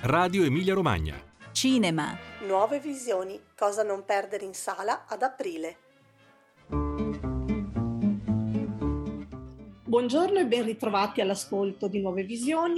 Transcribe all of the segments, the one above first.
Radio Emilia Romagna. Cinema. Nuove visioni, cosa non perdere in sala ad aprile. Buongiorno e ben ritrovati all'ascolto di Nuove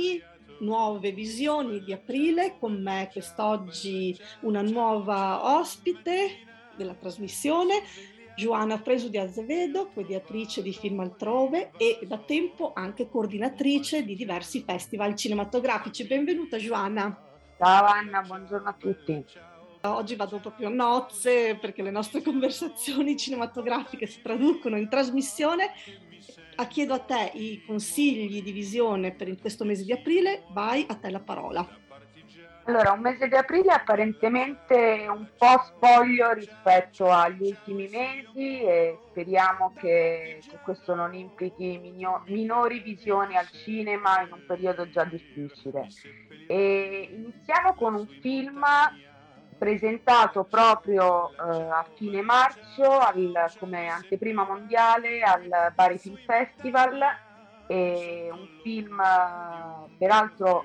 Visioni di aprile. Con me quest'oggi una nuova ospite della trasmissione, Joana Fresu di Azevedo, pediatrice di Film Altrove e da tempo anche coordinatrice di diversi festival cinematografici. Benvenuta Joana. Ciao Anna, buongiorno a tutti. Oggi vado proprio a nozze perché le nostre conversazioni cinematografiche si traducono in trasmissione. Chiedo a te i consigli di visione per questo mese di aprile, vai, a te la parola. Allora, un mese di aprile apparentemente un po' spoglio rispetto agli ultimi mesi e speriamo che questo non implichi minori visioni al cinema in un periodo già difficile. E iniziamo con un film presentato proprio a fine marzo come anteprima mondiale al Bari Film Festival, e un film peraltro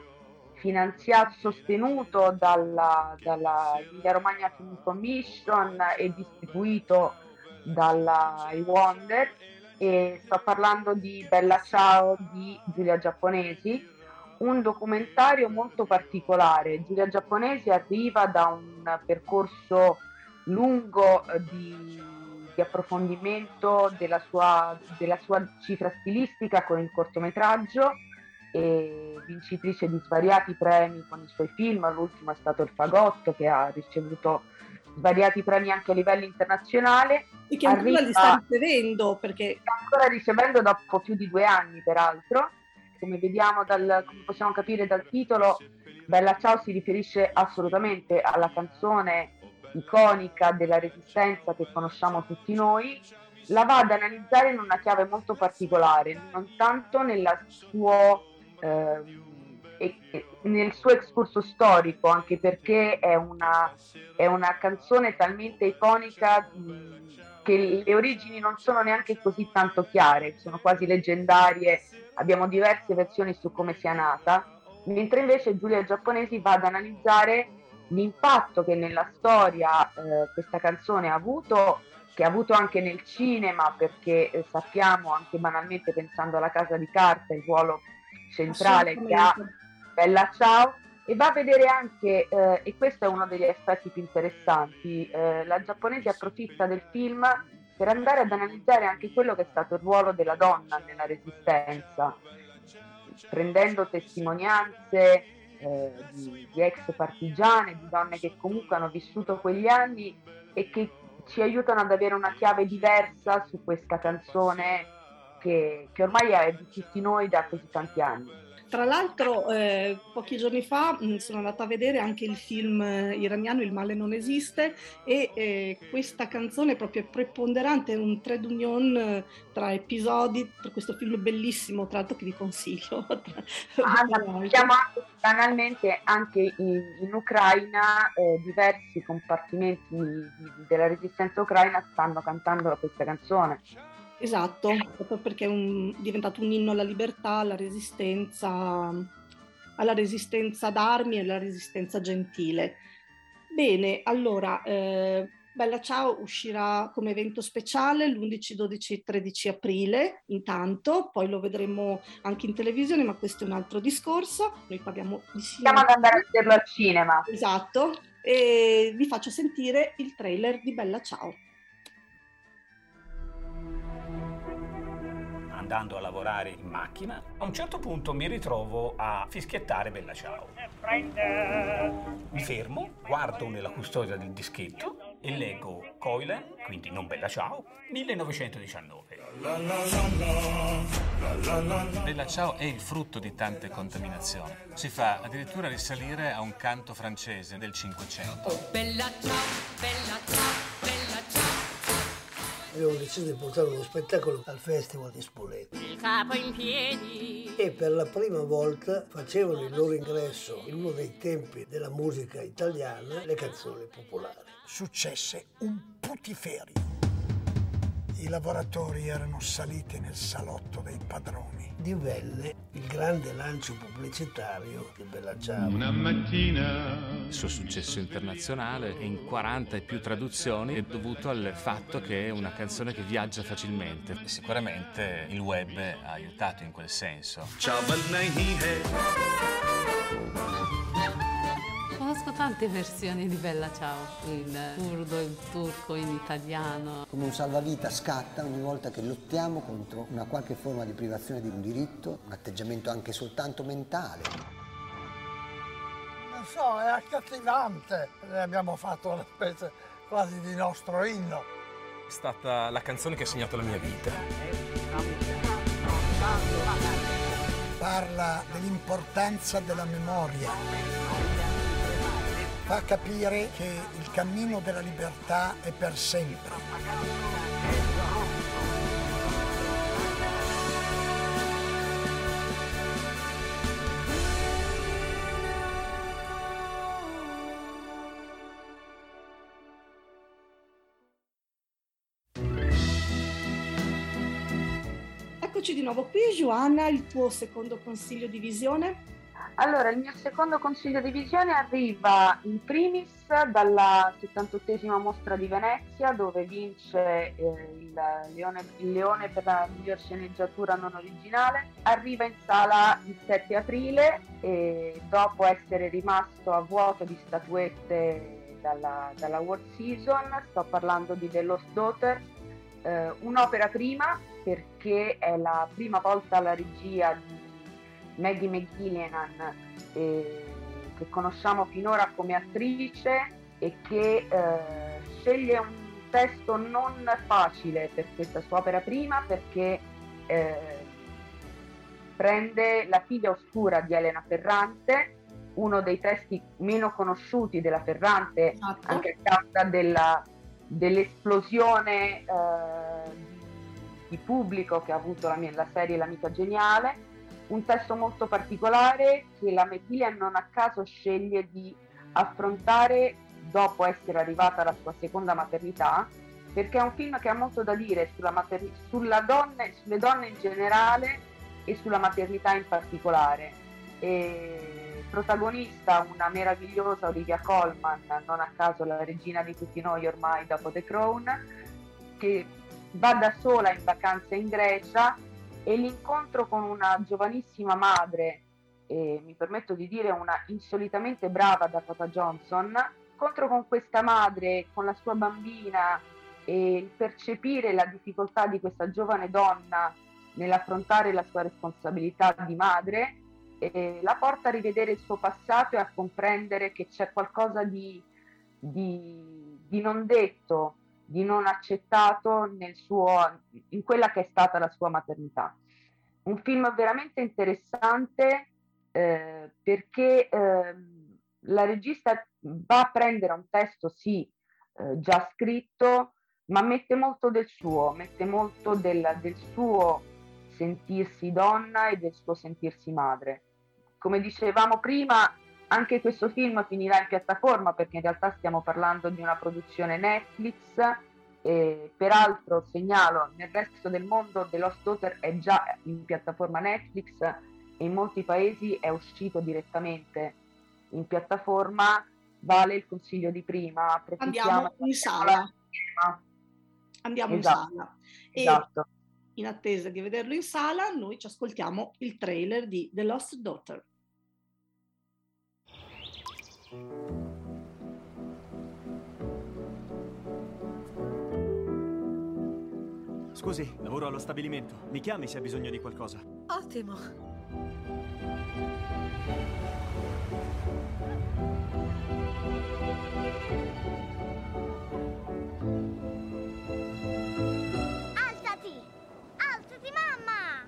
sostenuto dalla Emilia Romagna Film Commission e distribuito dalla iWonder, e sto parlando di Bella Ciao di Giulia Giapponesi. Un documentario molto particolare. Giulia Giapponesi arriva da un percorso lungo di approfondimento della sua cifra stilistica con il cortometraggio, e vincitrice di svariati premi con i suoi film. L'ultimo è stato Il Fagotto, che ha ricevuto svariati premi anche a livello internazionale e che ancora li sta ricevendo, perché sta ancora ricevendo dopo più di 2 anni peraltro. Come vediamo come possiamo capire dal titolo, Bella Ciao si riferisce assolutamente alla canzone iconica della Resistenza che conosciamo tutti noi. La va ad analizzare in una chiave molto particolare, non tanto nel suo excursus storico, anche perché è una canzone talmente iconica che le origini non sono neanche così tanto chiare, sono quasi leggendarie. Abbiamo diverse versioni su come sia nata, mentre invece Giulia Giapponesi va ad analizzare l'impatto che nella storia questa canzone ha avuto, che ha avuto anche nel cinema, perché sappiamo, anche banalmente pensando alla Casa di Carta, il ruolo centrale che ha Bella Ciao, e va a vedere anche, e questo è uno degli aspetti più interessanti, la Giapponesi approfitta del film per andare ad analizzare anche quello che è stato il ruolo della donna nella Resistenza, prendendo testimonianze di ex partigiane, di donne che comunque hanno vissuto quegli anni e che ci aiutano ad avere una chiave diversa su questa canzone che ormai è di tutti noi da così tanti anni. Tra l'altro pochi giorni fa sono andata a vedere anche il film iraniano Il male non esiste, e questa canzone è proprio preponderante, un trade union tra episodi, per questo film bellissimo, tra l'altro, che vi consiglio. Siamo banalmente anche in Ucraina, diversi compartimenti della resistenza ucraina stanno cantando questa canzone. Esatto, proprio perché è diventato un inno alla libertà, alla resistenza d'armi e alla resistenza gentile. Bene, allora, Bella Ciao uscirà come evento speciale l'11, 12 e 13 aprile, intanto, poi lo vedremo anche in televisione, ma questo è un altro discorso. Noi parliamo di cinema. Stiamo ad andare a vederlo al cinema. Esatto, e vi faccio sentire il trailer di Bella Ciao. Andando a lavorare in macchina, a un certo punto mi ritrovo a fischiettare Bella Ciao. Mi fermo, guardo nella custodia del dischetto e leggo Coilen, quindi non Bella Ciao, 1919. Bella Ciao è il frutto di tante contaminazioni. Si fa addirittura risalire a un canto francese del Cinquecento. Bella Ciao, Bella Ciao, Bella Ciao. Abbiamo deciso di portare uno spettacolo al Festival di Spoleto. Il capo in piedi. E per la prima volta facevano il loro ingresso in uno dei tempi della musica italiana le canzoni popolari. Successe un putiferio. I lavoratori erano saliti nel salotto dei padroni. divenne il grande lancio pubblicitario di Bella Ciao. Una mattina. Il suo successo internazionale in 40 e più traduzioni è dovuto al fatto che è una canzone che viaggia facilmente. Sicuramente il web ha aiutato in quel senso. Conosco tante versioni di Bella Ciao, in curdo, in turco, in italiano. Come un salvavita scatta ogni volta che lottiamo contro una qualche forma di privazione di un diritto, un atteggiamento anche soltanto mentale. Non so, è accattivante. Ne abbiamo fatto una specie quasi di nostro inno. È stata la canzone che ha segnato la mia vita. Parla dell'importanza della memoria. Fa capire che il cammino della libertà è per sempre. Eccoci di nuovo qui, Joanna, il tuo secondo consiglio di visione? Allora, il mio secondo consiglio di visione arriva in primis dalla 78esima Mostra di Venezia, dove vince il Leone per la miglior sceneggiatura non originale. Arriva in sala il 7 aprile e dopo essere rimasto a vuoto di statuette dalla World Season, sto parlando di The Lost Daughter, un'opera prima perché è la prima volta alla regia di Maggie McGillian, che conosciamo finora come attrice e che sceglie un testo non facile per questa sua opera prima, perché prende La figlia oscura di Elena Ferrante, uno dei testi meno conosciuti della Ferrante, esatto, anche a causa dell'esplosione di pubblico che ha avuto la serie L'amica geniale. Un testo molto particolare che la McGillian non a caso sceglie di affrontare dopo essere arrivata alla sua seconda maternità, perché è un film che ha molto da dire sulle donne in generale e sulla maternità in particolare. E protagonista una meravigliosa Olivia Colman, non a caso la regina di tutti noi ormai dopo The Crown, che va da sola in vacanza in Grecia, e l'incontro con una giovanissima madre, e mi permetto di dire una insolitamente brava Dakota Johnson, l'incontro con questa madre, con la sua bambina, e il percepire la difficoltà di questa giovane donna nell'affrontare la sua responsabilità di madre, la porta a rivedere il suo passato e a comprendere che c'è qualcosa di non detto, di non accettato in quella che è stata la sua maternità. Un film veramente interessante perché la regista va a prendere un testo già scritto, ma mette molto del suo, mette molto del suo sentirsi donna e del suo sentirsi madre. Come dicevamo prima, anche questo film finirà in piattaforma, perché in realtà stiamo parlando di una produzione Netflix. Peraltro segnalo, nel resto del mondo The Lost Daughter è già in piattaforma Netflix e in molti paesi è uscito direttamente in piattaforma. Vale il consiglio di prima. Andiamo in sala. Andiamo esatto, in sala. E esatto, in attesa di vederlo in sala, noi ci ascoltiamo il trailer di The Lost Daughter. Scusi, lavoro allo stabilimento. Mi chiami se ha bisogno di qualcosa. Ottimo. Alzati! Alzati, mamma!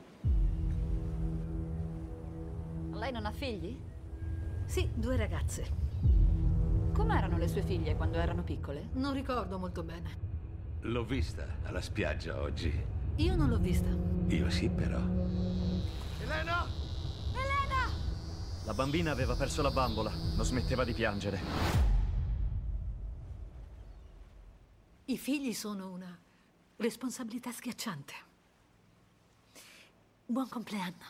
Lei non ha figli? Sì, 2 ragazze. Com'erano le sue figlie quando erano piccole? Non ricordo molto bene. L'ho vista alla spiaggia oggi. Io non l'ho vista. Io sì, però. Elena! Elena! La bambina aveva perso la bambola, non smetteva di piangere. I figli sono una responsabilità schiacciante. Buon compleanno.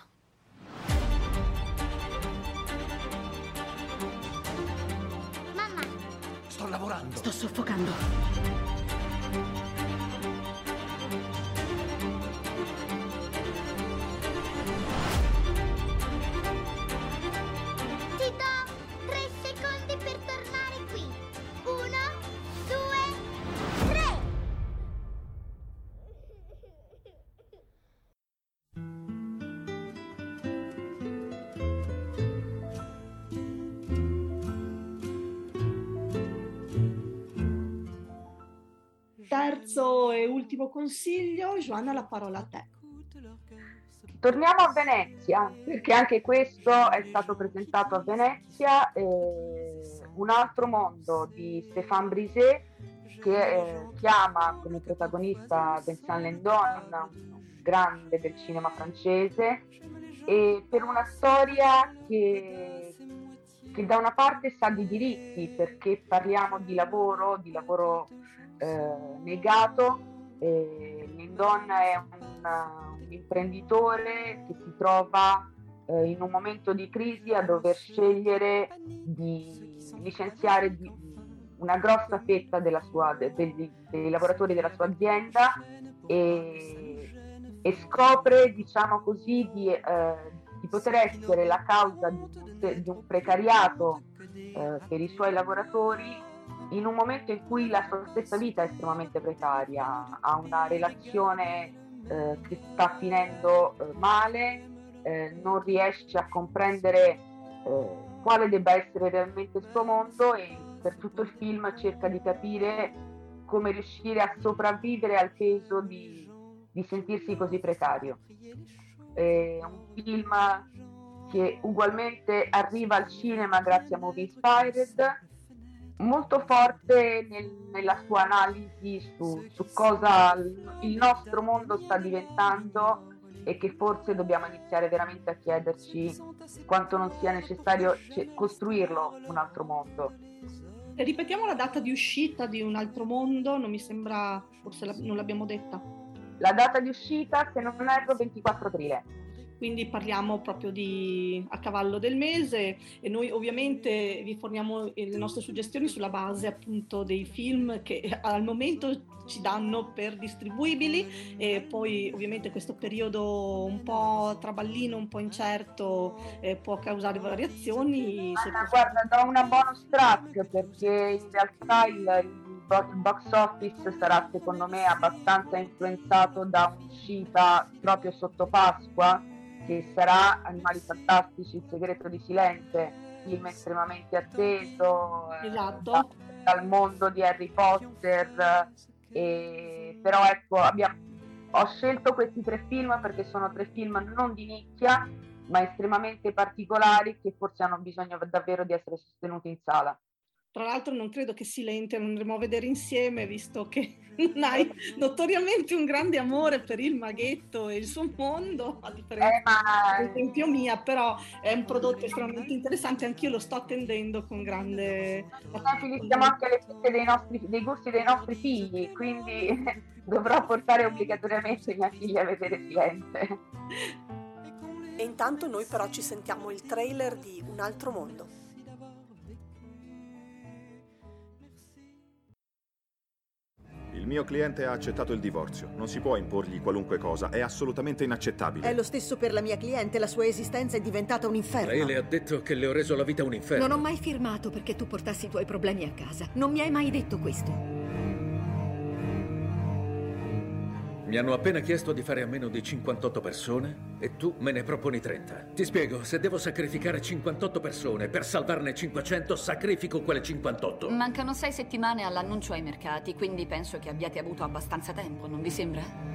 Mamma, Sto lavorando. Sto soffocando. ti do 3 secondi per tornare qui. 1, 2, 3. Terzo e ultimo consiglio, Joanna, la parola a te. Torniamo a Venezia, perché anche questo è stato presentato a Venezia, Un altro mondo di Stéphane Brisé, che chiama come protagonista Vincent Lindon, un grande del cinema francese, e per una storia che da una parte sa di diritti, perché parliamo di lavoro negato. Lindon è un imprenditore che si trova in un momento di crisi a dover scegliere di licenziare una grossa fetta dei lavoratori della sua azienda, e scopre, diciamo così, di poter essere la causa di un precariato per i suoi lavoratori in un momento in cui la sua stessa vita è estremamente precaria, ha una relazione che sta finendo male, non riesce a comprendere quale debba essere realmente il suo mondo, e per tutto il film cerca di capire come riuscire a sopravvivere al peso di sentirsi così precario. È un film che ugualmente arriva al cinema grazie a Movie Inspired, molto forte nella sua analisi su cosa il nostro mondo sta diventando, e che forse dobbiamo iniziare veramente a chiederci quanto non sia necessario costruirlo un altro mondo. E ripetiamo la data di uscita di Un altro mondo, non mi sembra, forse non l'abbiamo detta. La data di uscita, se non erro, 24 aprile. Quindi parliamo proprio a cavallo del mese, e noi ovviamente vi forniamo le nostre suggestioni sulla base appunto dei film che al momento ci danno per distribuibili, e poi ovviamente questo periodo un po' traballino, un po' incerto, può causare variazioni. Guarda, do una bonus track, perché in realtà il box office sarà, secondo me, abbastanza influenzato da un'uscita proprio sotto Pasqua, che sarà Animali Fantastici, Il segreto di Silente, film estremamente atteso, esatto, dal mondo di Harry Potter, però ecco, ho scelto questi 3 film perché sono 3 film non di nicchia, ma estremamente particolari, che forse hanno bisogno davvero di essere sostenuti in sala. Tra l'altro non credo che Silente lo andremo a vedere insieme, visto che non hai notoriamente un grande amore per il maghetto e il suo mondo, a differenza per esempio mia, però è un prodotto estremamente interessante, anch'io lo sto attendendo con grande... Siamo anche alle fette dei gusti dei nostri figli, quindi dovrò portare obbligatoriamente mia figlia a vedere Silente. E intanto noi però ci sentiamo il trailer di Un altro mondo. Il mio cliente ha accettato il divorzio. Non si può imporgli qualunque cosa, è assolutamente inaccettabile. È lo stesso per la mia cliente, la sua esistenza è diventata un inferno. Lei le ha detto che le ho reso la vita un inferno. Non ho mai firmato perché tu portassi i tuoi problemi a casa. Non mi hai mai detto questo. Mi hanno appena chiesto di fare a meno di 58 persone e tu me ne proponi 30. Ti spiego, se devo sacrificare 58 persone per salvarne 500, sacrifico quelle 58. Mancano 6 settimane all'annuncio ai mercati, quindi penso che abbiate avuto abbastanza tempo, non vi sembra?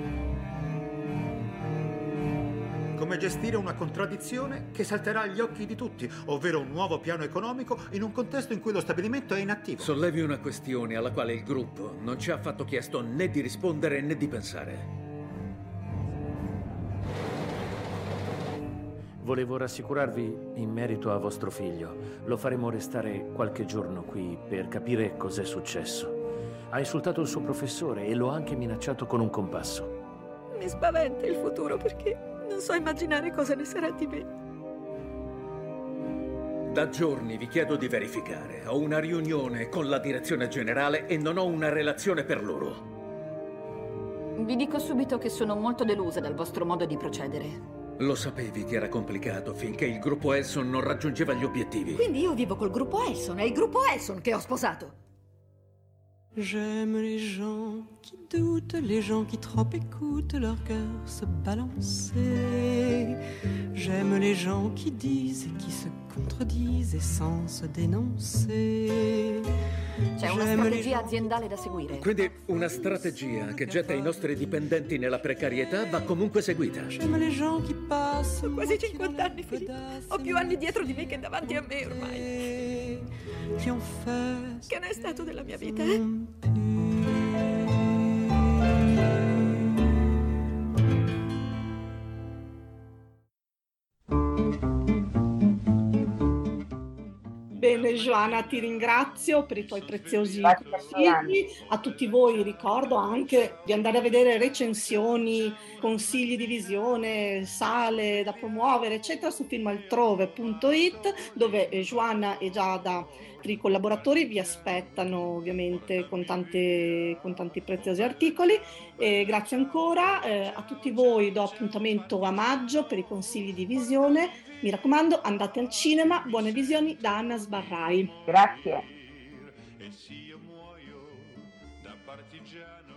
Come gestire una contraddizione che salterà agli occhi di tutti, ovvero un nuovo piano economico in un contesto in cui lo stabilimento è inattivo. Sollevi una questione alla quale il gruppo non ci ha affatto chiesto né di rispondere né di pensare. Volevo rassicurarvi in merito a vostro figlio. Lo faremo restare qualche giorno qui per capire cos'è successo. Ha insultato il suo professore e lo ha anche minacciato con un compasso. Mi spaventa il futuro perché Non so immaginare cosa ne sarà di me. Da giorni vi chiedo di verificare. Ho una riunione con la direzione generale e non ho una relazione per loro. Vi dico subito che sono molto delusa dal vostro modo di procedere. Lo sapevi che era complicato finché il gruppo Elson non raggiungeva gli obiettivi. Quindi io vivo col gruppo Elson, è il gruppo Elson che ho sposato. J'aime les gens qui doutent, les gens qui trop écoutent leur cœur se balancer. J'aime les gens qui disent et qui se contredisent et sans se dénoncer. C'è una strategia aziendale da seguire. Quindi una strategia che getta i nostri dipendenti nella precarietà va comunque seguita. J'aime les gens qui passent. Ho quasi 50 anni, Philippe. Ho più anni dietro di me che davanti a me ormai. Qui ont fait. Che ne è stato della mia vita, Bene Joanna, ti ringrazio per i tuoi preziosi consigli. A tutti voi ricordo anche di andare a vedere recensioni, consigli di visione, sale da promuovere, eccetera, su filmaltrove.it, dove Joanna e Giada, i collaboratori, vi aspettano ovviamente con tanti preziosi articoli. E grazie ancora a tutti voi, do appuntamento a maggio per i consigli di visione. Mi raccomando, andate al cinema, buone visioni da Anna Sbarrai. Grazie. E se io muoio da partigiano